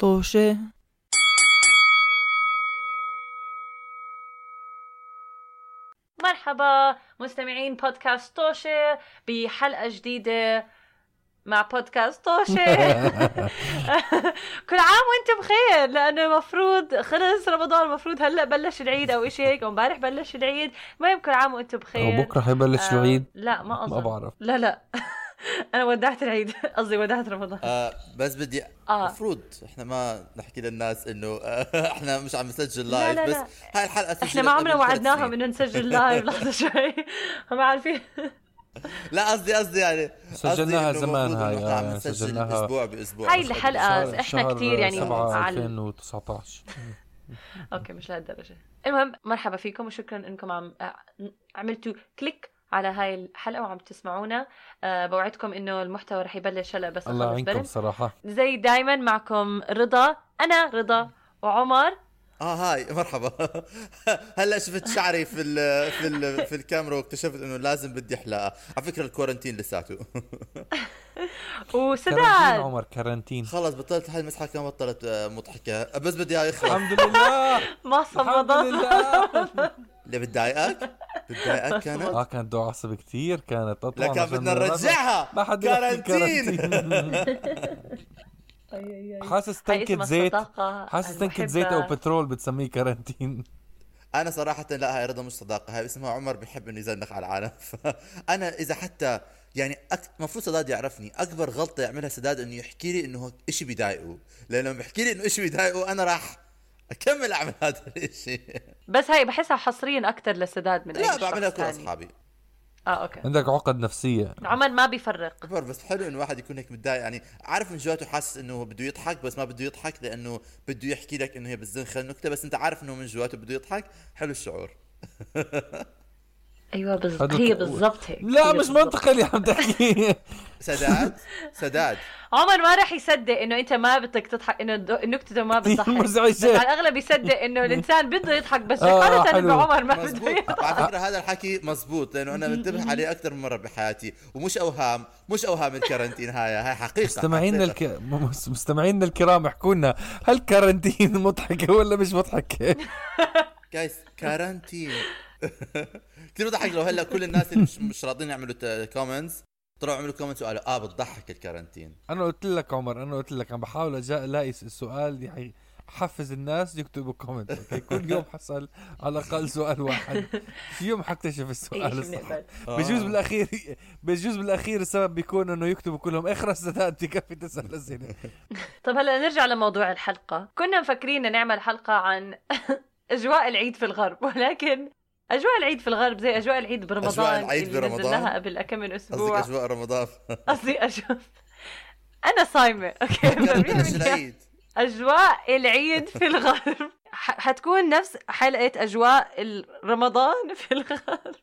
طوشة. مرحبا مستمعين بودكاست طوشة بحلقة جديدة مع بودكاست طوشة. كل عام وانتم بخير، لأنه مفروض خلص رمضان، مفروض هلأ بلش العيد أو إشي هيك، ومبارح بلش العيد. المهم كل عام وانتم بخير. وبكرة حيبلش العيد. لا ما أظن، ما بعرف. لا أنا ودعت العيد، قصدي ودعت رمضان. بس بدي مفروض احنا ما نحكي للناس انه احنا مش عم نسجل لايف. لا بس هاي الحلقة احنا ما عمرنا وعدناهم انه نسجل لايف. لحظة شوي، هم عارفين. لا قصدي يعني سجلناها زمان هاي عم نسجل سجلناها اسبوع باسبوع. هاي الحلقة احنا كتير يعني 7 2019. اوكي مش لهالدرجة. المهم مرحبا فيكم وشكرا انكم عملتوا كليك على هاي الحلقة وعم تسمعونا. بوعدكم انه المحتوى رح يبلش هلا بس الله اخلص يعينكم برم. صراحة. زي دايما معكم رضا، انا رضا وعمر. هاي مرحبا. هلا شفت شعري في الكاميرا واكتشفت انه لازم بدي احلقها. على فكرة الكورنتين لساته. وسداد عمر كارنتين خلص بطلت هاي المسحة كان بطلت مضحكة، بس بدي اياها يخلص. الحمد لله. ما صمدت. اللي بتضايقك كانت كانت عصب كتير كانت لا كان بدنا نرجعها كارنتين. حاسس تنكت زيت او بترول بتسميه كارنتين. انا صراحه لا، هاي رضا مش صداقه، هاي اسمها عمر بيحب انه يزنخ على العالم. فانا اذا حتى يعني مفروض سداد يعرفني، اكبر غلطه يعملها سداد انه يحكي لي انه اشي بيضايقه، لانه لما بيحكي لي انه اشي بيضايقه انا راح اكمل اعمل هذا الشيء. بس هاي بحسها حصريا اكتر لسداد من لا بعملها كل اصحابي. اوكي عندك عقد نفسية. عمر ما بيفرق. بس حلو انه واحد يكون هيك متضايق، يعني عارف من جواته حاسس انه بده يضحك بس ما بده يضحك لانه بده يحكي لك انه هي بتزنخ النكته، بس انت عارف انه من جواته بده يضحك. حلو الشعور. ايوه هي بالضبط هيك. لا مش منطقي اللي عم تحكيه. سداد عمر ما راح يصدق انه انت ما بدك تضحك، انه النكته ما بتضحك. مزعجة. على الاغلب يصدق انه الانسان بده يضحك، بس غلطا انه عمر ما بده يضحك. على فكره هذا الحكي مزبوط، لانه انا منتبه عليه اكثر من مره بحياتي، ومش اوهام الكارنتين. هاي حقيقه. مستمعينا الكرام احكوا لنا، هل كارنتين مضحكه ولا مش مضحكه؟ جايز كارنتين كثير بضحك. لو هلا كل الناس اللي مش راضين يعملوا كومنتس طلعوا عملوا كومنتس وقالوا بتضحك الكارنتين. انا قلت لك عمر، عم بحاول الاقي السؤال حفز الناس يكتبوا كومنت. اوكي كل يوم حصل على الاقل سؤال واحد، في يوم حكتشف السؤال الصح. بجوز بالاخير السبب بيكون انه يكتبوا كلهم اخرس سداد تكفي تسال اسئله. طب هلا نرجع لموضوع الحلقه. كنا مفكرين نعمل حلقه عن اجواء العيد في الغرب، ولكن اجواء العيد في الغرب زي اجواء العيد برمضان. اجواء العيد برمضان نزلناها قبل كم من اسبوع. قصدك اجواء رمضان؟ قصدي انا صايمه. اوكي العيد. اجواء العيد في الغرب حتكون نفس حلقه اجواء رمضان في الغرب.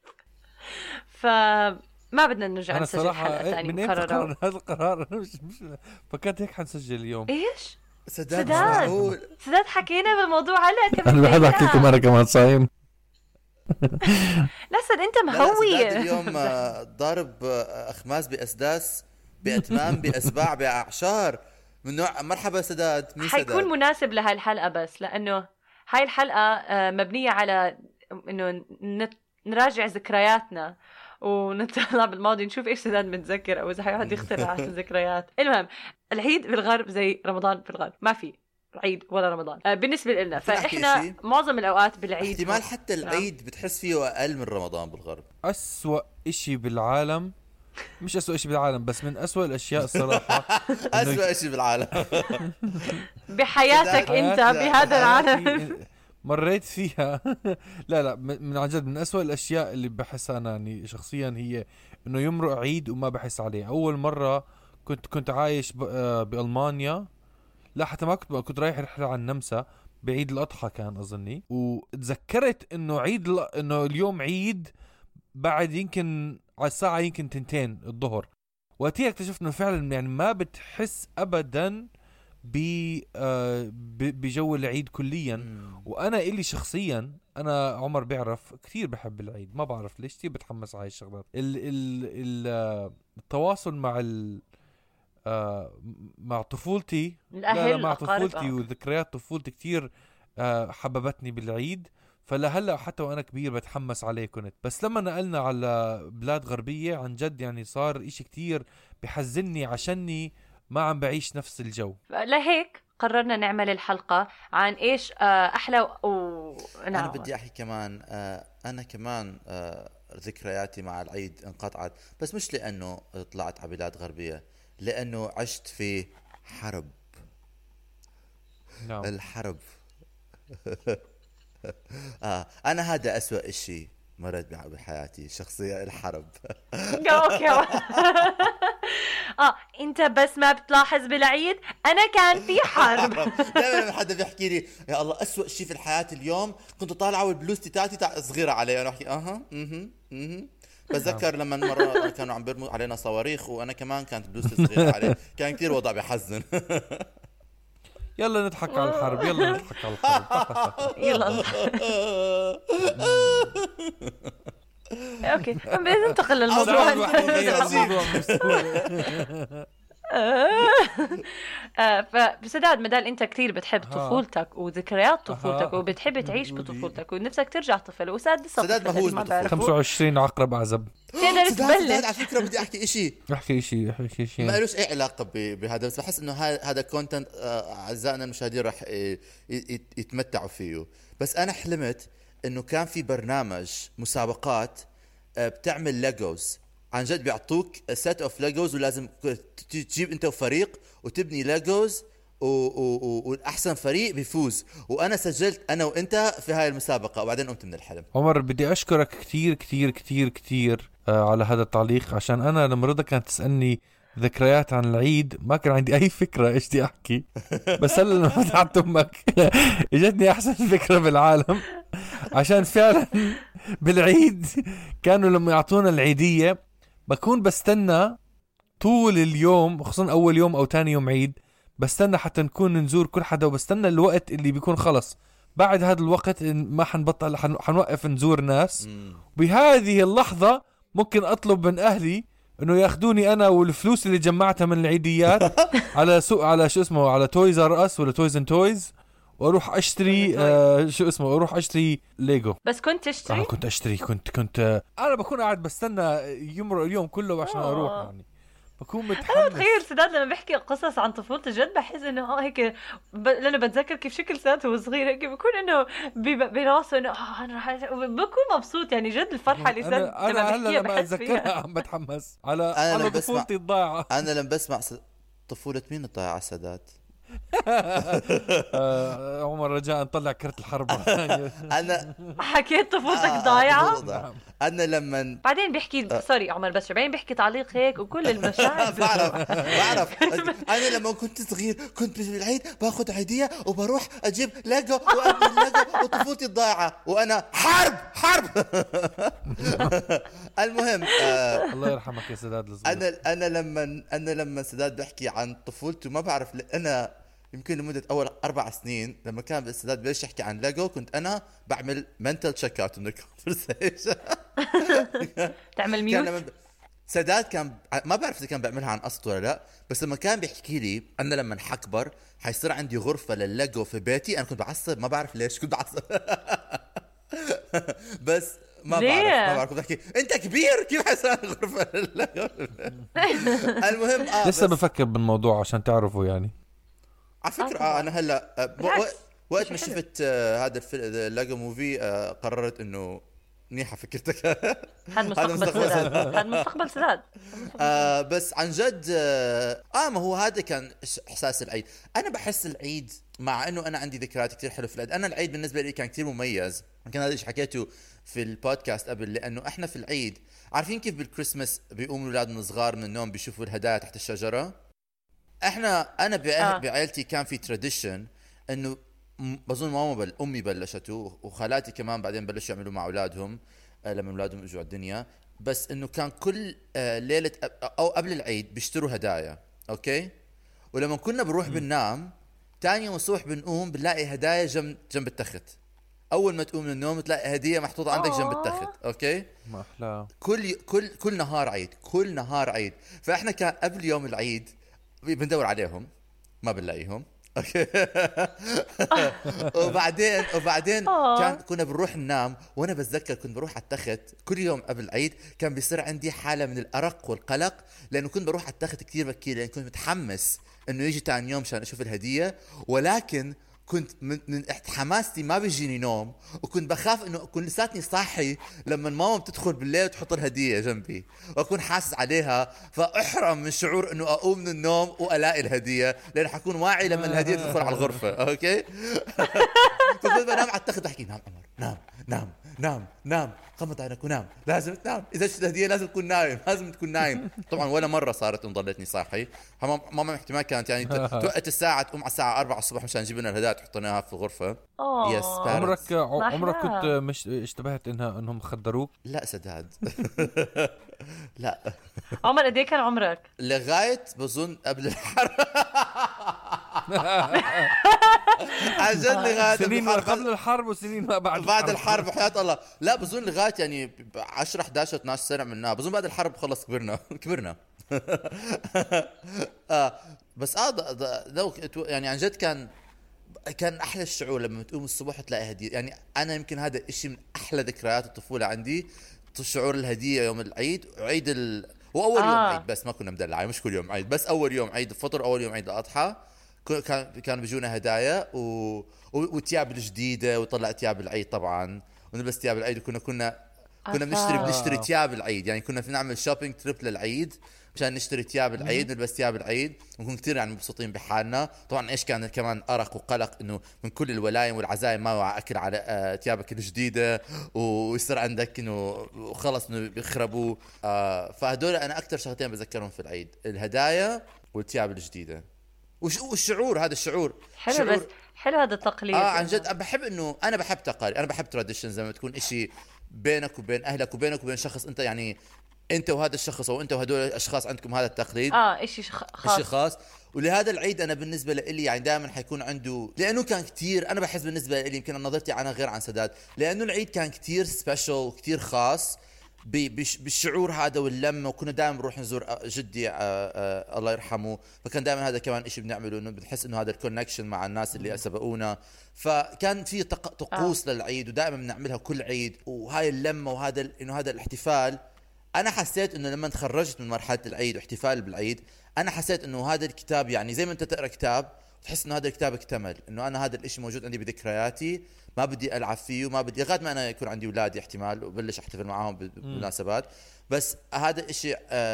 فما بدنا نرجع نسجل حلقه ثانيه. من هذا القرار انا مش فكرت هيك حنسجل اليوم. ايش سداد حكينا بالموضوع هلا. انا بحب احكي لكم انا كمان صايم. لا سد انت مهوي. اليوم ضارب اخماس باسداس باتمام باسباع باعشار من نوع. مرحبا سداد. حيكون مناسب لهالحلقه، بس لانه هاي الحلقه مبنيه على انه نراجع ذكرياتنا ونطلع بالماضي نشوف ايش سداد متذكر، او اذا حيقعد يخترع ذكريات. المهم العيد في الغرب زي رمضان في الغرب، ما في عيد ولا رمضان بالنسبه لنا. فاحنا معظم الاوقات بالعيد احتمال حتى العيد بتحس فيه اقل من رمضان بالغرب. أسوأ إشي بالعالم، مش أسوأ إشي بالعالم بس من أسوأ الأشياء الصراحة. أسوأ إشي بالعالم بحياتك أنت بهذا العالم مريت فيها. لا من عن جد من أسوأ الأشياء اللي بحسها أنا يعني شخصيا هي إنه يمرق عيد وما بحس عليه. أول مرة كنت عايش بألمانيا. لا حتى ما كنت رايح رحلة عن النمسا بعيد الأضحى كان أظني، وتذكرت إنه إنه اليوم عيد بعد يمكن على الساعة يمكن 2 الظهر. وقتها اكتشفت إنه فعلا يعني ما بتحس أبدا بجو العيد كليا. وأنا إلي شخصيا أنا عمر بيعرف كثير بحب العيد، ما بعرف ليش كثير بتحمس على هاي الشغلات. التواصل مع مع طفولتي. الأهل لا مع الأقارب، طفولتي وذكريات طفولتي كتير حببتني بالعيد. فلهلا حتى وانا كبير بتحمس عليه كنت، بس لما نقلنا على بلاد غربية عن جد يعني صار اشي كتير بحزني عشاني ما عم بعيش نفس الجو. لهيك قررنا نعمل الحلقة عن إيش أحلى أنا نعم. بدي أحكي كمان أنا كمان ذكرياتي مع العيد انقطعت، بس مش لأنه طلعت على بلاد غربية، لأنه عشت في حرب. نعم. الحرب. أنا هذا أسوأ إشي مرت بحياتي شخصيا، الحرب. اوكي. انت بس ما بتلاحظ بالعيد انا كان في حرب. دائما لما حدا بيحكي لي يا الله أسوأ شيء في الحياة اليوم، كنت طالعة والبلوزتي تاعتي صغيرة علي، انا بحكي بتذكر لما مرة كانوا عم بيرموا علينا صواريخ وانا كمان كانت بلوزتي صغيرة علي، كان كتير وضع بحزن. يلا نضحك على الحرب، يلا نضحك على الحرب. يلا. اوكي ننتقل للموضوع. فسداد مدال انت كثير بتحب طفولتك وذكريات طفولتك وبتحب تعيش بطفولتك ونفسك ترجع طفل، وساد لسه سداد مهووس بطفولته. 25 عقرب اعزب. تقدر تبلش. على فكرة بدي احكي اشي احكي شيء ما لهش اي علاقة بهذا، بس بحس انه هذا كونتنت اعزائنا المشاهدين رح يتمتعوا فيه. بس انا حلمت انه كان في برنامج مسابقات بتعمل ليجوز، عن جد بيعطوك سيت اوف ليجوز ولازم تجيب انت وفريق وتبني ليجوز والاحسن فريق بيفوز. وانا سجلت انا وانت في هاي المسابقة وبعدين قمت من الحلم. عمر بدي اشكرك كتير كتير كتير كتير على هذا التعليق، عشان انا لما رضا كانت تسألني ذكريات عن العيد ما كان عندي اي فكرة ايش بدي احكي. بس هلا لما فتحت امك اجتني احسن فكرة بالعالم، عشان فعلا بالعيد كانوا لما يعطونا العيدية بكون بستنى طول اليوم، خصوصا اول يوم او تاني يوم عيد بستنى حتى نكون نزور كل حدا، وبستنى الوقت اللي بيكون خلص بعد هذا الوقت ما حنبطل حنوقف نزور ناس. بهذه اللحظة ممكن اطلب من اهلي انه ياخدوني انا والفلوس اللي جمعتها من العيديات على سوق، على شو اسمه، على تويز ار اس ولا تويز اند تويز، واروح اشتري شو اسمه، اروح اشتري ليجو. بس كنت تشتري؟ كنت اشتري، كنت انا بكون قاعد بستنى يمرق اليوم كله عشان اروح، يعني بكون متحمس. انا بتخيل سداد لما بحكي قصص عن طفولته جد بحس انه هيك لانه بتذكر كيف شكل سداد وهو صغير هيك بكون انه براسه انه انا راح بكون مبسوط، يعني جد الفرحه اللي سداد انا هلا لما اتذكرها عم بتحمس على طفولتي الضايعه. انا لما بسمع طفولة مين الضايعة سداد؟ عمر رجاء نطلع كرت الحرب. انا حكيت طفولتك ضايعه. انا لما بعدين بيحكي سوري عمر، بس بعدين بيحكي تعليق هيك وكل المشاعر. بعرف انا لما كنت صغير كنت بالعيد باخذ عيدية وبروح اجيب ليجو وابني ليجو وطفولتي الضايعة وانا حرب. المهم الله يرحمك يا سداد الصغير. انا لما سداد بحكي عن طفولته ما بعرف، انا يمكن لمدة أول 4 سنين لما كان بالسداد بلش يحكي عن ليجو كنت أنا بعمل mental check out من الconversation. تعمل ميوت. سداد كان ما بعرف إذا كان بعملها عن قصد ولا لا، بس لما كان بيحكي لي أنا لما حكبر حيصير عندي غرفة للليجو في بيتي، أنا كنت بعصب، ما بعرف ليش كنت بعصب. بس ما بعرف كنت بحكي أنت كبير كيف حيصير عندي غرفة للليجو. المهم لسه بفكر بالموضوع عشان تعرفوا يعني. على فكرة أنا هلا وقت ما شفت هذا اللاجو موفي قررت إنه منيحة فكرتك. هذا مستقبل سداد. بس عن جد ما هو هذا كان إحساس العيد. أنا بحس العيد مع إنه أنا عندي ذكريات كتير حلوة في العيد، أنا العيد بالنسبة لي كان كتير مميز. يمكن هذا الشيء حكيته في البودكاست قبل، لأنه إحنا في العيد عارفين كيف بالكريسماس بيقوموا أولادنا الصغار من النوم بيشوفوا الهدايا تحت الشجرة. انا بعائلتي كان في تراديشن انه بظن ماما امي بلشته وخالاتي كمان بعدين بلشوا يعملوا مع اولادهم لما اولادهم اجوا على الدنيا، بس انه كان كل ليله او قبل العيد بيشتروا هدايا، اوكي، ولما كنا بنروح بننام تاني يوم الصبح بنقوم بنلاقي هدايا جنب التخت. اول ما تقوم من النوم تلاقي هديه محطوطه عندك جنب التخت، اوكي، ما احلى. كل نهار عيد، كل نهار عيد. فاحنا كان قبل يوم العيد بندور عليهم ما بنلاقيهم. اوكي. وبعدين كنا بنروح ننام، وانا بتذكر كنت بروح على التخت كل يوم قبل العيد، كان بيصير عندي حاله من الارق والقلق، لانه كنت بروح على التخت كثير بكير، لان كنت متحمس انه يجي تاني يوم عشان اشوف الهديه، ولكن كنت من حماستي ما بيجيني نوم، وكنت بخاف انه اكون لساتني صاحي لما ماما بتدخل بالليل وتحط الهديه جنبي، واكون حاسس عليها، فاحرم من شعور انه اقوم من النوم والاقي الهديه، لانه حكون واعي لما الهديه تدخل على الغرفه. اوكي. فكنت بنام على التخت بحكي نام عمر، نام نام نام نام، غمض عينك ونام، لازم تنام، اذا شفت الهديه لازم تكون نايم، لازم تكون نايم. طبعا ولا مره صارت ان ضليتني صاحي. ماما احتمال كانت يعني توقت الساعه، تقوم على الساعه 4 الصبح مشان نجيب لنا الهدايا تحطيناها في الغرفه. يس. عمرك كنت مش اشتبهت انهم خدروك؟ لا سداد. لا. عمر قد ايه كان عمرك؟ لغايه بظن قبل الحرب. عن جد لغايه سنين قبل الحرب وسنين ما بعد الحرب وحياة الله. لا بظن لغايه يعني 10 11 12 سنه منها، بظن بعد الحرب خلص كبرنا. بس يعني عن جد كان احلى الشعور لما تقوم الصبح وتلاقي هديه. يعني انا يمكن هذا الشيء من احلى ذكريات الطفوله عندي، شعور الهديه يوم العيد وعيد واول يوم عيد، بس ما كنا مدلعين، مش كل يوم عيد، بس اول يوم عيد الفطر، اول يوم عيد الاضحى كان بيجونا هدايا وثياب الجديده، وطلع ثياب العيد طبعا، ونلبس ثياب العيد، وكنا بنشتري ثياب العيد. يعني كنا نعمل شوبينج تريب للعيد مشان نشتري ثياب العيد، نلبس ثياب العيد، ونكون كثير يعني مبسوطين بحالنا. طبعا ايش كان كمان ارق وقلق انه من كل الولايم والعزايم ما وعى اكل على ثيابك الجديده، ويصير عندك انه خلص انه بيخربوا. فهدول انا اكثر شغلتين بذكرهم في العيد، الهدايا والثياب الجديده، والشعور. هذا الشعور حلو. بس حلو هذا التقليد. عن جد بحب انه انا بحب تقاليد، انا بحب تراديشنز، لما تكون اشي بينك وبين اهلك وبينك وبين شخص انت يعني انت وهذا الشخص او انت وهدول الاشخاص عندكم هذا التقليد اشي خاص. ولهذا العيد انا بالنسبه لي يعني دائما حيكون عنده، لانه كان كتير، انا بحس بالنسبه لي يمكن نظرتي عنها غير عن سداد، لانه العيد كان كتير سبيشال وكتير خاص بالشعور هذا واللمه، وكنا دائما نروح نزور جدي الله يرحمه، فكان دائما هذا كمان إشي بنعمله، انه بنحس انه هذا الكونكشن مع الناس اللي سبقونا، فكان في طقوس للعيد ودائما بنعملها كل عيد، وهاي اللمه وهذا انه هذا الاحتفال. انا حسيت انه لما تخرجت من مرحله العيد واحتفال بالعيد، انا حسيت انه هذا الكتاب، يعني زي ما انت تقرا كتاب وتحس انه هذا الكتاب اكتمل، انه انا هذا الاشي موجود عندي بذكرياتي، ما بدي العب فيه، ما بدي لغايه ما انا يكون عندي اولادي احتمال وبلش احتفل معاهم بالمناسبات. بس هذا الاشي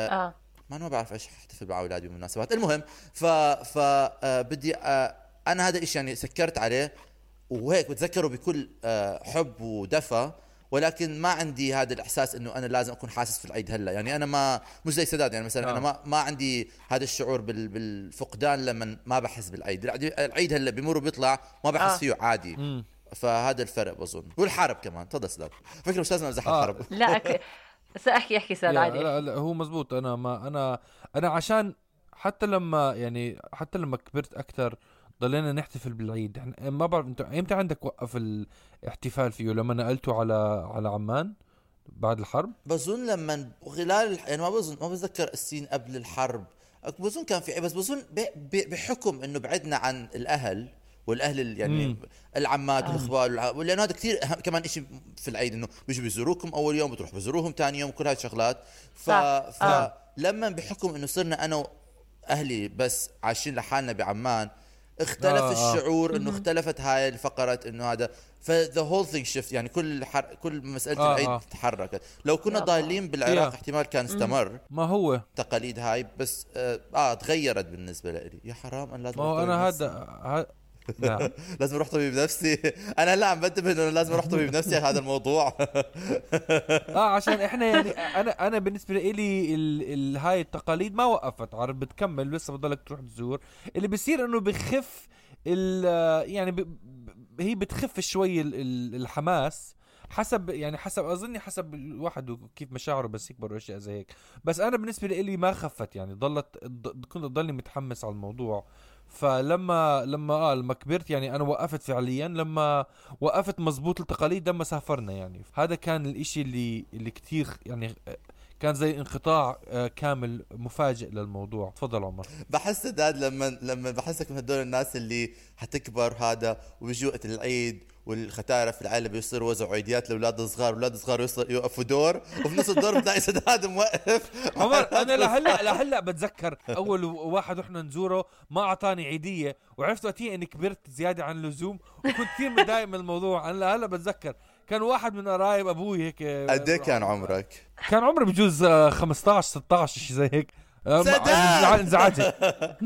ما بعرف ايش احتفل مع اولادي بالمناسبات. المهم ف بدي انا هذا الاشي يعني سكرت عليه، وهيك بتذكره بكل حب ودفى، ولكن ما عندي هذا الاحساس انه انا لازم اكون حاسس في العيد هلا. يعني انا مش زي سداد، يعني مثلا انا ما عندي هذا الشعور بالفقدان لما ما بحس بالعيد. العيد هلا بيمر وبيطلع ما بحس فيه عادي. فهذا الفرق بظن. والحرب كمان، تفضل سداد، فكره مش لازم امزح الحرب. لا احكي سداد عادي. لا هو مزبوط. انا عشان حتى لما كبرت اكثر ضلينا نحتفل بالعيد. احنا ما بعرف انت امتى عندك وقف الاحتفال فيه؟ لما نقلتوا على عمان بعد الحرب؟ بظن لما خلال يعني ما بتذكر السنين قبل الحرب، بظن كان في، بس بظن بحكم انه بعدنا عن الاهل والاهل يعني العمات والاخوال، لانه هذا كثير كمان إشي في العيد، انه بيجوا بيزوروكم اول يوم بتروح بيزوروهم ثاني يوم، كل هاي الشغلات. فلما بحكم انه صرنا انا واهلي بس عايشين لحالنا بعمان، اختلف الشعور، انه اختلفت هاي الفقرة، انه هذا the whole thing shift. يعني كل مسألة العيد تحركت. لو كنا ضايلين بالعراق احتمال كان استمر ما هو تقاليد هاي، بس تغيرت بالنسبة لي. يا حرام انا لازم هذا نعم. لازم اروح طبيب نفسي. انا هلا عم بنتبه انه لازم اروح طبيب نفسي هذا الموضوع. عشان احنا يعني انا بالنسبه لي هاي التقاليد ما وقفت، عارف، بتكمل لسه بضلك تروح تزور. اللي بيصير انه بخف يعني هي بتخف شوي الحماس حسب اظني حسب الواحد وكيف مشاعره بس يكبر واشياء زي هيك. بس انا بالنسبه لي ما خفت، يعني كنت ضلني متحمس على الموضوع. فلما كبرت يعني انا وقفت فعليا، لما وقفت مزبوط التقاليد لما سافرنا. يعني هذا كان الاشي اللي كتير يعني كان زي انقطاع كامل مفاجئ للموضوع. تفضل عمر. بحس سداد لما بحسك من هدول الناس اللي حتكبر هذا ويجي وقت العيد والختائر في العائله بيصيروا وزعوا عيديات لاولاد صغار، اولاد صغار يوقفوا دور، وفي نص الدور بتلاقي سداد موقف. عمر انا لهلا بتذكر اول واحد رحنا نزوره ما اعطاني عيديه، وعرفت وقتها اني كبرت زياده عن اللزوم وكنت كثير متضايق من الموضوع. انا لهلا بتذكر كان واحد من قرايب ابوي هيك. قد ايه كان عمرك؟ كان عمري بجوز 15 16 شيء زي هيك. انزعجت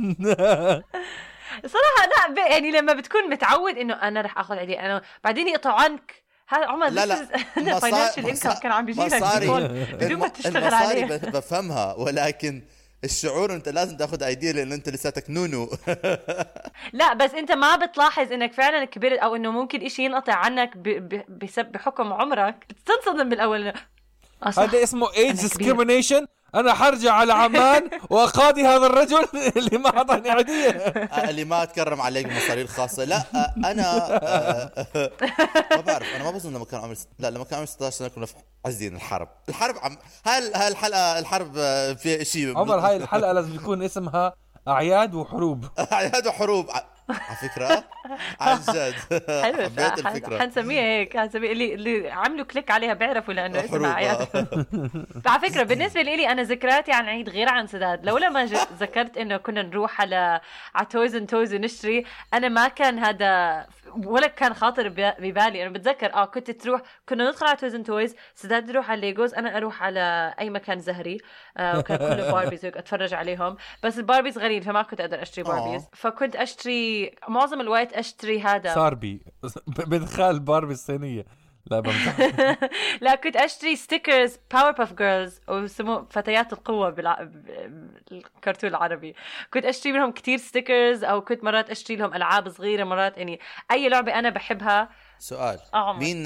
صراحة. لا يعني لما بتكون متعود انه انا رح اخذ عيدية انا بعدين يقطعوا عنك، هذا عمر لا فاينانشال انكم كان عم بيجي لك بدون ما تشتغل عليه. بفهمها، ولكن الشعور انت لازم تاخذ ايديا لان انت لساتك نونو. لا بس انت ما بتلاحظ انك فعلا كبرت او انه ممكن اشي ينقطع عنك بحكم عمرك. بتنصدم بالاول. هذا اسمه age discrimination. انا حرجع على عمان واقاضي هذا الرجل اللي ما اعطاني عيديه، اللي ما تكرم عليك بمصاري الخاصه. لا انا ما بعرف، انا ما بظن لما كان عمري لما كان عمري 16 سنه كنا في عزين الحرب هاي الحلقه الحرب في شيء. عمر هاي الحلقه لازم يكون اسمها اعياد وحروب. اعياد وحروب على فكرة. عن جد حبيت الفكرة. حنسميها هيك، حنسميها اللي عملوا كليك عليها بيعرفوا لأنه اسمها عياد. على فكرة بالنسبة لي أنا ذكرياتي عن عيد غير عن سداد. لولا ما ذكرت إنه كنا نروح على تويز اند تويز ونشتري، أنا ما كان هذا ولا كان خاطر ببالي. أنا بتذكر كنا ندخل على تويز اند تويز، سداد يروح على ليجوز، أنا أروح على أي مكان زهري، وكان كله باربيز أتفرج عليهم. بس الباربيز غاليين فما كنت أقدر أشتري باربيز، فكنت أشتري معظم الوقت أشتري هذا صاربي بدخال باربي الصينية. لا بمزح. لا كنت أشتري ستيكرز باور باف جيرلز وسمو فتيات القوة بالكرتون العربي. كنت أشتري منهم كتير ستيكرز، أو كنت مرات أشتري لهم ألعاب صغيرة، مرات يعني أي لعبة أنا بحبها. سؤال مين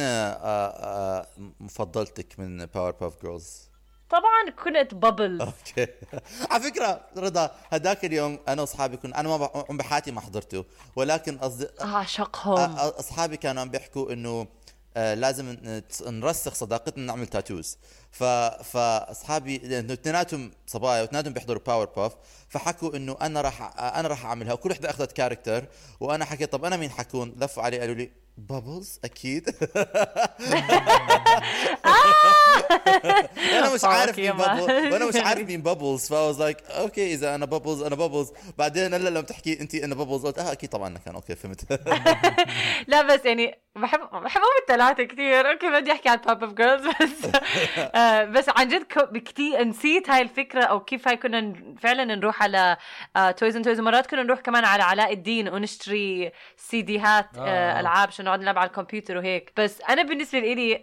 مفضلتك من باور باف جيرلز؟ طبعا كنت بابلز. اوكي. على فكره رضا هداك اليوم انا واصحابي انا ما بحياتي ما حضرته، ولكن اعشقهم اصحابي كانوا عم بيحكوا انه لازم نرسخ صداقتنا نعمل تاتوز. فاصحابي اثنيناتهم صبايا واثنيناتهم بيحضروا باور باف، فحكوا انه انا راح اعملها، وكل وحده اخذت كاركتر، وانا حكيت طب انا مين حكون؟ لفوا علي قالوا لي بابلز اكيد. انا مش عارف مين بابلز، وانا مش عارف مين بابلز، فاوز لايك اوكي اذا انا بابلز انا بابلز. بعدين لما تحكي انت انا بابلز قلت اكيد طبعا انا كان اوكي فهمت. لا بس يعني بحبهم الثلاثه كثير. اوكي بدي احكي عن باب اوف جيرلز بس عن جد كثير نسيت هاي الفكره، او كيف هاي كنا فعلا نروح على تويز اند تويز. مرات كنا نروح كمان على علاء الدين ونشتري سيديهات العاب عشان نقعد نلعب على الكمبيوتر وهيك. بس انا بالنسبه لي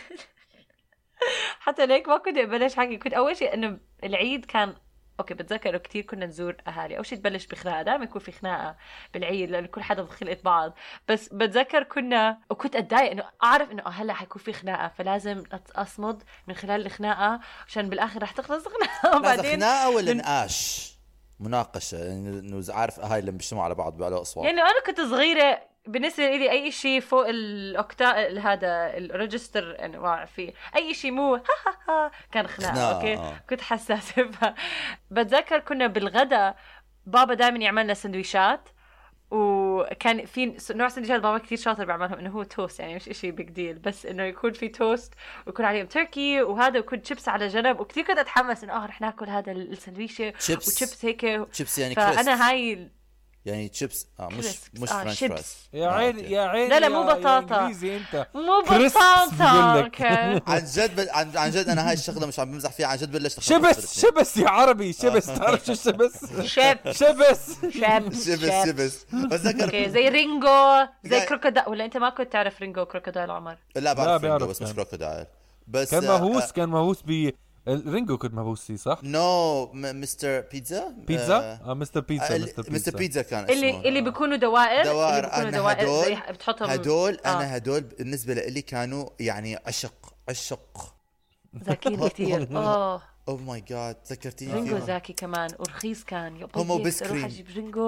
حتى ليك ما كنت ابلش حكي. كنت اول شيء انه العيد كان اوكي بتذكر كتير كنا نزور اهالي. اول شيء تبلش بخناقه، دائما يكون في خناقه بالعيد لانه كل حدا بخلقه بعض. بس بتذكر وكنت اتضايق انه اعرف انه هلا حيكون في خناقه، فلازم اصمد من خلال الخناقه عشان بالاخر رح تخلص خناقه. وبعدين خناقه ولا نقاش مناقشه، يعني انه عارف اهالي لما بيجتمعوا على بعض بيعلوا اصوات. يعني انا كنت صغيره بالنسبه لي اي شيء فوق هذا الريجستر انواع فيه اي شيء مو كان خناقه. اوكي كنت حساسه. بتذكر كنا بالغداء بابا دائما يعمل لنا سندويشات، وكان في نوع سندويشات بابا كثير شاطر بيعملهم انه هو توست، يعني مش اشي بيج ديل، بس انه يكون في توست ويكون عليهم تركي وهذا، ويكون شيبس على جنب. وكثير كنت اتحمس انه رح ناكل هذا السندويشه وشيبس هيك. شيبس يعني فانا هاي يعني تشيبس مش فرنش فرايز. يا عيني يا عيني. لا مو بطاطا، انت مو بطاطا. عن جد انا هاي الشغله مش عم بمزح فيها، عن جد بلشت شبس يا عربي. شبس تعرف شو الشبس؟ شبس بتذكر اوكي زي رينجو زي كروكودايل. ولا انت ما كنت تعرف رينجو كروكودايل عمر؟ لا بعرف رينجو بس مش كروكودايل. بس كان مهووس رينجو كنت مبوسي صح؟ نو مستر بيتزا مستر بيتزا كان اسمه اللي بيكونوا دوائر بتحطهم هدول بالنسبه لي كانوا يعني عشق ذكيين كثير. اوه ماي جاد ذكرتيني رينجو ذكي كمان ورخيص كان. هم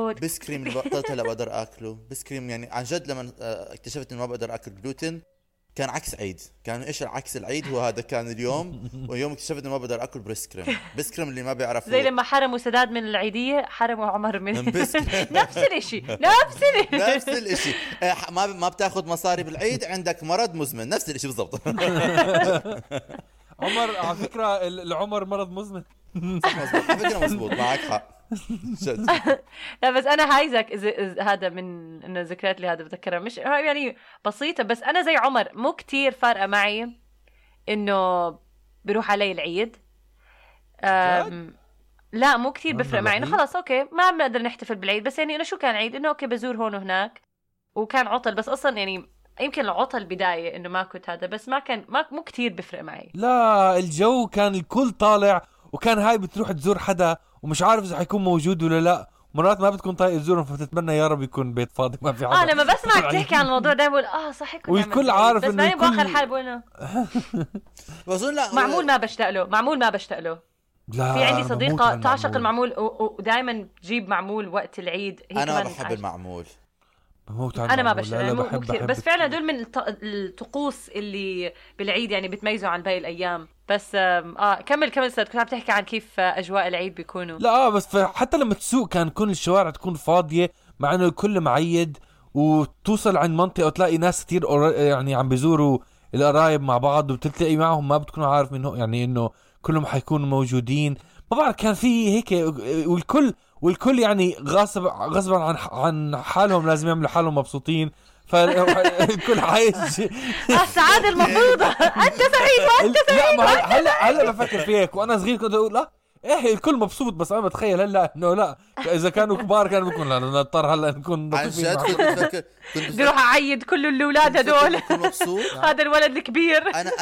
بسكريم اللي بطلت هلا بقدر اكله بسكريم. يعني عن جد لما اكتشفت انه ما بقدر اكل جلوتين كان عكس عيد، كان ايش العكس العيد هو هذا كان اليوم. ويوم اكتشفت انه ما بقدر اكل بريسكريم. بسكريم اللي ما بيعرف زي لما حرموا سداد من العيديه حرموا عمر من بسكريم. نفس الاشي نفس الاشي. ما بتاخذ مصاري بالعيد، عندك مرض مزمن، نفس الاشي بالضبط. عمر على فكره العمر مرض مزمن. صح مزبوط، على فكره مزبوط، معك حق. لا بس انا هايزك هذا من انه الذكريات اللي هذا بتذكرها مش يعني بسيطه، بس انا زي عمر مو كتير فارقه معي انه بروح علي العيد. لا مو كتير بفرق معي، انه خلاص اوكي ما بنقدر نحتفل بالعيد، بس يعني انه شو كان عيد، انه اوكي بزور هون وهناك، وكان عطل بس اصلا يعني يمكن العطل بدايه انه ما كنت هذا، بس ما كان مو كتير بفرق معي. لا الجو كان الكل طالع، وكان هاي بتروح تزور حدا ومش عارف اذا حيكون موجود ولا لا، مرات ما بتكون طايق تزورهم فتتمنى يا رب يكون بيت فاضي ما في حدا. لما بسمعك تحكي عن الموضوع ده بقول صح كنت والكل عارف بس بعدين باخر الحال بقول بظن لا معمول ما بشتاق له. لا في عندي صديقة تعشق المعمول ودائما تجيب معمول وقت العيد. هي انا كمان بحب المعمول. انا ما بشتغل مو كثير، بحب بس فعلا دول من الطقوس اللي بالعيد يعني بتميزوا عن باقي الايام. بس كمل كنت عم تحكي عن كيف اجواء العيد بيكونوا. لا بس حتى لما تسوق كان كل الشوارع تكون فاضيه، مع انه الكل معيد، وتوصل عند منطقه وتلاقي ناس كتير يعني عم بيزوروا القرايب مع بعض، وبتلتقي معهم ما بتكون عارف منه يعني انه كلهم حيكونوا موجودين. ما بعرف كان في هيك، والكل يعني غصبا عن حالهم لازم يعملوا حالهم مبسوطين، فالكل عايش السعادة المفروضة. أنت سعيد وأنت سعيد. لا هلا بفكر فيك وانا صغير كنت اقول لا الكل مبسوط، بس انا بتخيل هلا انه لا اذا كانوا كبار كانوا بيكون لا نضطر هلا نكون عن جد كنت بروح اعيد كل الاولاد هدول. مبسوط. هذا الولد الكبير.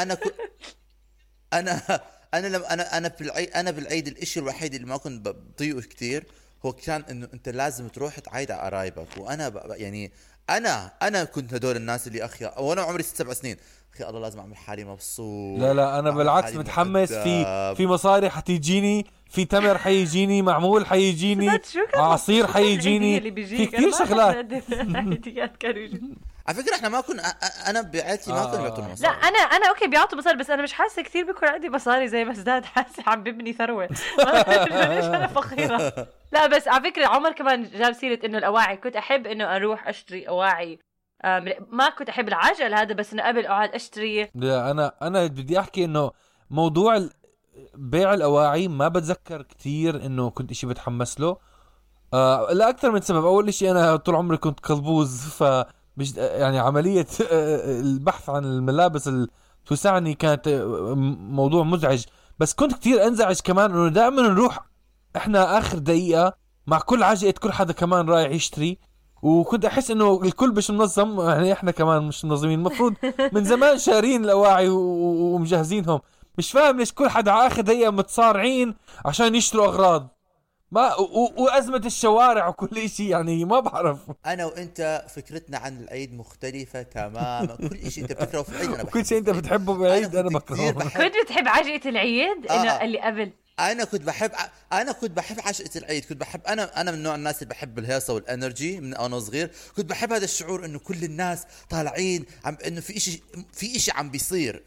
انا بالعيد الاشي الوحيد اللي ما كنت بطيقه كتير هو كان انه انت لازم تروح تعيد على قرايبك. وانا يعني انا كنت هدول الناس اللي اخي وانا عمري 6-7 سنين اخي الله لازم اعمل حالي مبسوط. لا انا بالعكس متحمس. في مصاري حتيجيني، في تمر حيجيني، معمول حيجيني، عصير حيجيني، في كثير شغلات. على فكرة احنا ما كنا انا بعائلتي ما كنا بيعطوا مصاري. لا انا اوكي بيعطوا مصاري، بس انا مش حاسه كثير بيكون عندي مصاري زي ما زداد حاسه عم ببني ثروه. ليش انا فقيره؟ لا بس على فكره عمر كمان جاب سيره انه الاواعي، كنت احب انه اروح اشتري اواعي. ما كنت احب العجل هذا، بس انه قبل اقعد اشتري. لا انا بدي احكي انه موضوع بيع الاواعي ما بتذكر كتير انه كنت اشي بتحمس له. لا اكثر من سبب. اول اشي انا طول عمري كنت قلبوز، مش يعني عملية البحث عن الملابس اللي توسعني كانت موضوع مزعج. بس كنت كتير انزعج كمان انه دائما نروح احنا اخر دقيقة مع كل عجقة، كل حدا كمان رايح يشتري، وكنت احس انه الكل مش منظم، يعني احنا كمان مش منظمين. المفروض من زمان شارين الاواعي ومجهزينهم، مش فاهم ليش كل حدا على اخر دقيقة متصارعين عشان يشتروا اغراض. ما وأزمة الشوارع وكل إشي، يعني ما بعرف. أنا وأنت فكرتنا عن العيد مختلفة تماما. كل إشي أنت بتكرهه في العيد أنا بحبه. كل شيء أنت بتحبه بالعيد أنا بكرهه. كنت بتحب عجقة العيد إنه اللي قبل. أنا كنت بحب عجقة العيد. كنت بحب أنا من نوع الناس اللي بحب الهيصة والإنرجي من أنا صغير. كنت بحب هذا الشعور إنه كل الناس طالعين إنه في إشي عم بيصير،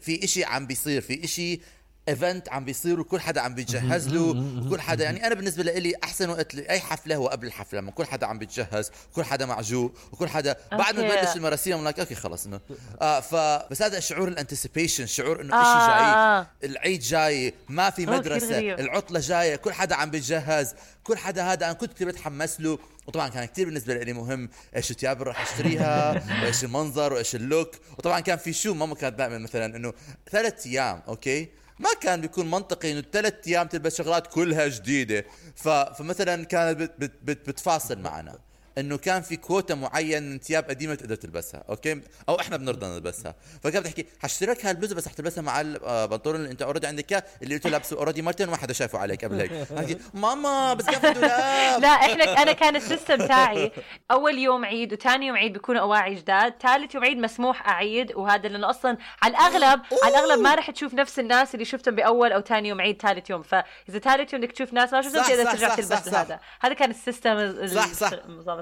في إشي ايفنت عم بيصير، وكل حدا عم بيتجهز له، وكل حدا يعني انا بالنسبه لي احسن وقت لاي حفله هو قبل الحفله، لما كل حدا عم بيتجهز، كل حدا معجوق، وكل حدا بعد ما تبلش المراسيم لك اوكي خلص انه فبس هذا شعور الانتسيبيشن، شعور انه شيء جاي، العيد جاي، ما في مدرسه، العطله جايه، كل حدا عم بيتجهز، كل حدا هذا انا كنت كثير بتحمس له. وطبعا كان كتير بالنسبه لي مهم ايش الثياب اللي راح اشتريها وايش المنظر وايش اللوك. وطبعا كان في شو ماما كانت دائما مثلا انه 3 ايام اوكي ما كان بيكون منطقي انه 3 ايام تلبس شغلات كلها جديده. فمثلا كانت بتفاصل معنا انه كان في كوتا معين من ثياب قديمه تقدر تلبسها اوكي، او احنا بنرضى نلبسها. فكانت بتحكي حاشتري لك هالبلوزه بس حتلبسها مع البنطلون اللي انت اوريدي عندك اياه اللي انت لابسه اوريدي مرتين وما حدا شايفه عليك قبل هيك. حكي ماما بس كيف الدولاب. لا انا كان السيستم تاعي اول يوم عيد وثاني يوم عيد بيكونوا اواعي جداد، ثالث يوم عيد مسموح اعيد، وهذا لانه اصلا على الاغلب ما رح تشوف نفس الناس اللي شفتهم باول او ثاني يوم عيد ثالث يوم. فاذا ثالث يوم بدك تشوف ناس ما شفتهم تقدر ترجع تلبس. هذا كان السيستم. صح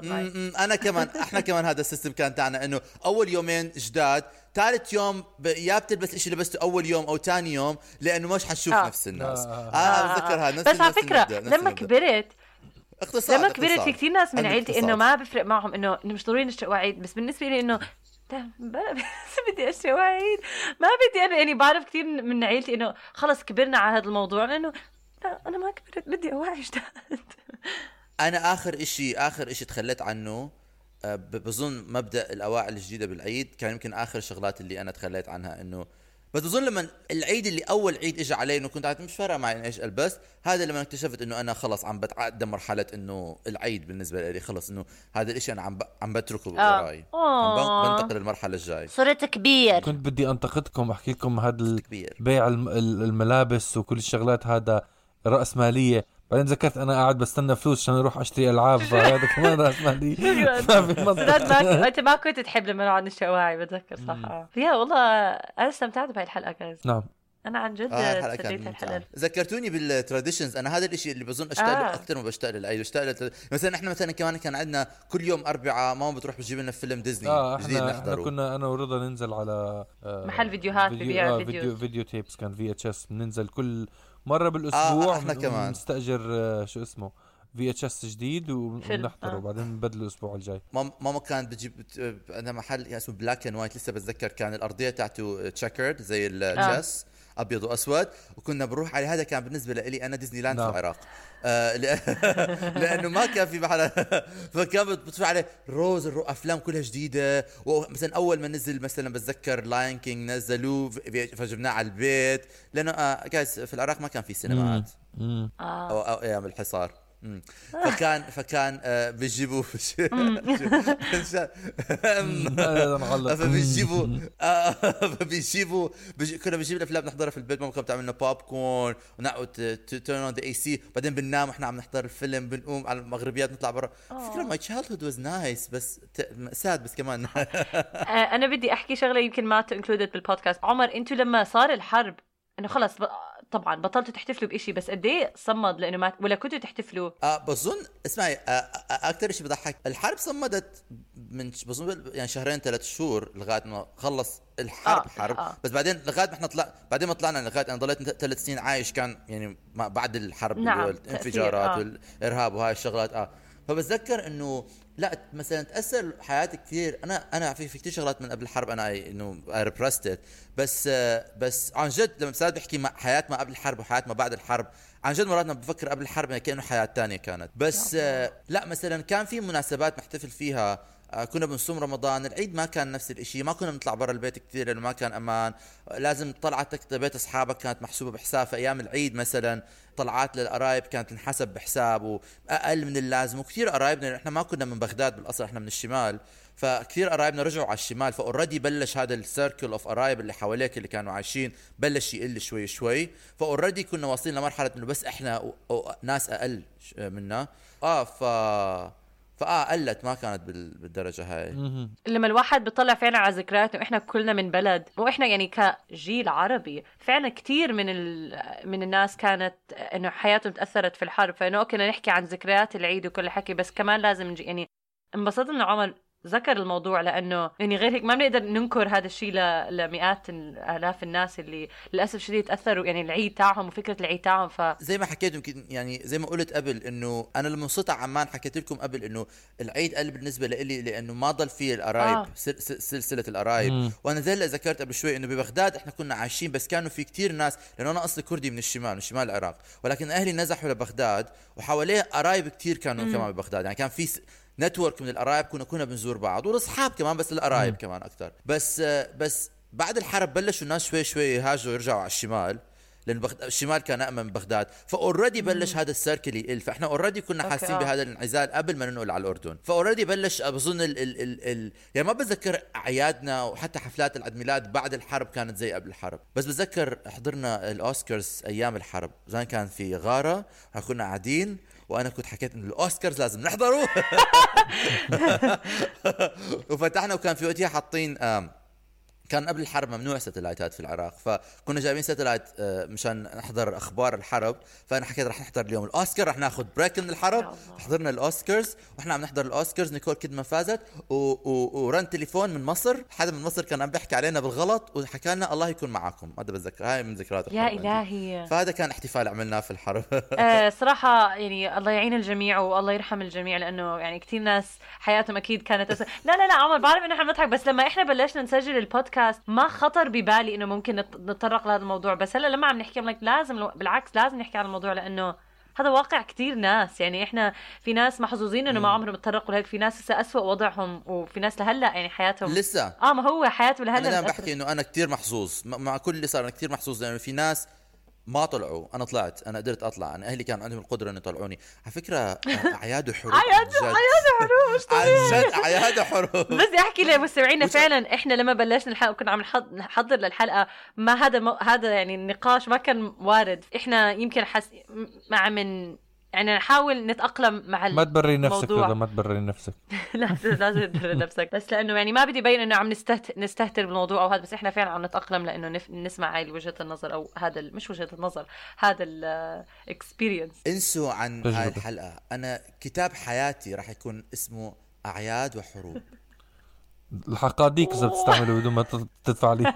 معي. انا كمان احنا كمان هذا السيستم كان تاعنا انه اول يومين جداد، ثالث يوم يا بتلبس الشيء اللي لبسته اول يوم او ثاني يوم لانه مش حتشوف نفس الناس. بتذكر هذا. بس على فكره لما كبرت اختصار في كثير ناس من عيلتي انه ما بفرق معهم انه مش ضروري نشتري عيد، بس بالنسبه لي انه بدي اشتري عيد، ما بدي انا يعني بعرف كثير من عيلتي انه خلص كبرنا على هذا الموضوع، لانه لا انا ما كبرت بدي اوعي جداد. انا اخر اشي تخليت عنه بظن مبدأ الأواعي الجديدة بالعيد كان يمكن آخر الشغلات اللي أنا تخليت عنها. إنه بس بظن لما العيد اللي أول عيد إجا علي إنه كنت عاد مش فارقة معي إيش ألبس، هذا لما اكتشفت إنه أنا خلص عم بتعدى مرحلة إنه العيد بالنسبة لي خلص إنه هذا الإشي أنا عم بتركه وراي، بنتقل للمرحلة الجاي. صرت كبير. كنت بدي أنتقدكم أحكي لكم هذا بيع الملابس وكل الشغلات هذا رأس مالية. بعدين ذكرت انا قاعد بستنى فلوس عشان اروح اشتري العاب، فهذا كمان راس مالي. انت ما كنت تحب لما نقعد نشتري أواعي، بتذكر صح؟ يا والله انا استمتعت بهاي الحلقه جايز. نعم انا عن جد استمتعت الحلقه. ذكرتوني بالتراديشنز، انا هذا الاشي اللي بظن اشتاق له اكثر ما بشتاق للعيد. بشتاق مثلا احنا مثلا كان عندنا كل يوم اربعاء ماما بتروح بتجيب لنا فيلم ديزني جديد نحضره. احنا كنا انا ورضا ننزل على محل فيديوهات ببيع فيديو تيبس، كان VHS بننزل كل مرة بالأسبوع. احنا كمان نستأجر شو اسمه VHS جديد ونحضره وبعدين نبدله الأسبوع الجاي. ماما كانت بتجيب عندنا محل اسمه بلاك اند وايت، لسه بتذكر كان الأرضية تاعته تشيكرد زي الجاس أبيض وأسود، وكنا بنروح على هذا. كان بالنسبة لي أنا ديزني لاند في العراق. لأنه ما كان في محل فكان بتفرج عليه روز أفلام كلها جديدة. ومثلا أول ما نزل مثلا بتذكر لاين كينج نزلوه فجبناه على البيت، لأنه جايز في العراق ما كان في سينمات أو أيام الحصار. فكان بيجيبوا كنا بنجيب الافلام نحضرها في البيت. ممكن بتعمل لنا بوب كورن تيرن اون ذا اي سي، بعدين بننام واحنا عم نحضر الفيلم، بنقوم على المغربيات نطلع برا. فكرة ماي تشايلدهود واز نايس، بس ساد بس كمان. انا بدي احكي شغله يمكن ما انكلودد بالبودكاست. عمر انتوا لما صار الحرب انه خلص طبعا بطلتوا تحتفلوا بإشي، بس قد ايه صمد لانه ما ولا كنتوا تحتفلوا؟ بظن اسمعي اكثر شيء بضحك الحرب صمدت من بظن يعني 2-3 شهور لغايه ما خلص الحرب حرب. بس بعدين لغايه ما احنا بعدين ما طلعنا لغايه انا ضليت 3 سنين عايش كان يعني بعد الحرب. نعم. والانفجارات والارهاب وهاي الشغلات. فبتذكر انه لا مثلا تاثر حياتي كثير. انا في كثير شغلات من قبل الحرب انا انه ريبرستد، بس عن جد لما بصير بحكي حياه ما قبل الحرب وحياه ما بعد الحرب، عن جد مرات بفكر قبل الحرب كأنه حياه تانية كانت. بس لا مثلا كان في مناسبات نحتفل فيها. كنا بنصوم رمضان، العيد ما كان نفس الاشي، ما كنا نطلع برا البيت كثير لانه ما كان امان. لازم طلعتك بيت اصحابك كانت محسوبه بحساب. في ايام العيد مثلا طلعات للقرايب كانت تنحسب بحساب واقل من اللازم. وكثير قرايبنا احنا ما كنا من بغداد بالاصل، احنا من الشمال، فكثير قرايبنا رجعوا على الشمال. فاوريدي بلش هذا السيركل اوف قرايب اللي حواليك اللي كانوا عايشين بلش يقل شوي شوي. فاوريدي كنا واصلين لمرحله انه بس احنا ناس اقل منا قلت، ما كانت بالدرجة هاي. لما الواحد بيطلع فعلا على ذكرياته، احنا كلنا من بلد، واحنا يعني كجيل عربي فعلا كتير من الناس كانت انه حياتهم تأثرت في الحرب. فانه كنا نحكي عن ذكريات العيد وكل حكي، بس كمان لازم يعني انبسطت انه عمر ذكر الموضوع، لانه يعني غير هيك ما بنقدر ننكر هذا الشيء لمئات الاف الناس اللي للاسف شديد تاثروا يعني العيد تاعهم وفكره العيد تاعهم. زي ما حكيت يمكن يعني زي ما قلت قبل انه انا لما وصلت على عمان حكيت لكم قبل انه العيد قل بالنسبه لي لانه ما ضل فيه القرايب سلسله القرايب. وانا زي اللي ذكرت قبل شوي انه ببغداد احنا كنا عايشين، بس كانوا في كتير ناس، لانه انا اصلي كردي من شمال العراق، ولكن اهلي نزحوا لبغداد وحواليه قرايب كتير كانوا كمان ببغداد. يعني كان في نتورك من القرايب، كنا بنزور بعض والاصحاب كمان، بس القرايب كمان اكثر. بس بعد الحرب بلشوا الناس شوي شوي يهاجروا يرجعوا على الشمال، لان الشمال كان امن من بغداد. فاوريدي بلش هذا السيركل يقل. فاحنا اوريدي كنا حاسين بهذا الانعزال قبل ما ننقل على الاردن. فاوريدي بلش بظن يعني ما بتذكر اعيادنا وحتى حفلات العيد ميلاد بعد الحرب كانت زي قبل الحرب. بس بتذكر حضرنا الاوسكارز ايام الحرب، زين كان في غاره كنا قاعدين وانا كنت حكيت انه الاوسكارز لازم نحضره. وفتحنا وكان في وقتها حاطين كان قبل الحرب ممنوع ساتلايتات في العراق، فكنا جايبين ساتلايت مشان نحضر اخبار الحرب. فانا حكيت رح نحضر اليوم الاوسكار، رح ناخذ بريك من الحرب. حضرنا الاوسكارز واحنا عم نحضر الاوسكارز، نيكول كيدمان فازت ورن تليفون من مصر، حدا من مصر كان عم بيحكي علينا بالغلط وحكى لنا الله يكون معاكم. هذا بتذكر، هاي من ذكريات يا الحرب إلهي. فهذا كان احتفال عملناه في الحرب. صراحة يعني الله يعين الجميع والله يرحم الجميع، لأنه يعني كتير ناس حياتهم أكيد كانت لا عمر، بعرف إنه إحنا بنضحك، بس لما إحنا بلشنا نسجل البودكاست ما خطر ببالي إنه ممكن نتطرق لهذا الموضوع. بس هلا لما عم نحكي لك لازم، بالعكس لازم نحكي عن الموضوع، لأنه هذا واقع كتير ناس. يعني إحنا في ناس محظوظين إنه ما عمرهم تطرقوا لهيك، في ناس لسه أسوأ وضعهم، وفي ناس لهلا يعني حياتهم لسه ما هو حياته لهلا. أنا دائما بحكي إنه أنا كتير محظوظ مع كل اللي صار. أنا كتير محظوظ لأنه في ناس ما طلعوا، انا طلعت، انا قدرت اطلع، انا اهلي كان عندهم القدره ان يطلعون. على فكره اعياد وحروب، اعياد وحروب مش طبيعي، عن جد اعياد وحروب. بس احكي لمستمعينا فعلا احنا لما بلشنا الحلقه كنا عم نحضر للحلقه، ما هذا يعني النقاش ما كان وارد. احنا يمكن مع من يعني نحاول نتأقلم مع ما تبري نفسك الموضوع. هذا، ما تبري نفسك. لازم تبري نفسك، بس لأنه يعني ما بدي يبين إنه عم نستهتر بالموضوع أو هذا، بس إحنا فعلا عم نتأقلم لأنه نسمع هاي وجهة النظر، أو هذا مش وجهة النظر، هذا experience. انسوا عن هاي الحلقة. أنا كتاب حياتي راح يكون اسمه أعياد وحروب. الحقاديك إذا تستعمله بدون ما تدفع لي.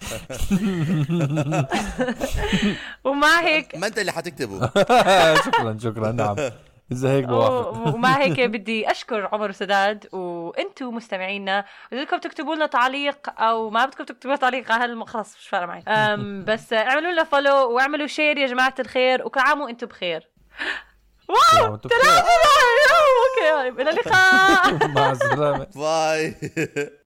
ومع هيك ما أنت اللي حتكتبه. شكرا نعم، إذا هيك بوافق. ومع هيك بدي أشكر عمر وسداد، وأنتوا مستمعينا بدكم تكتبوا لنا تعليق أو ما بدكم تكتبوا تعليق على خلاص مش فارقة معي. بس اعملوا لنا فولو واعملوا شير يا جماعة الخير، وكل عام وأنتوا بخير. واو 3 اوكي، إلى اللقاء. مع السلامة. باي.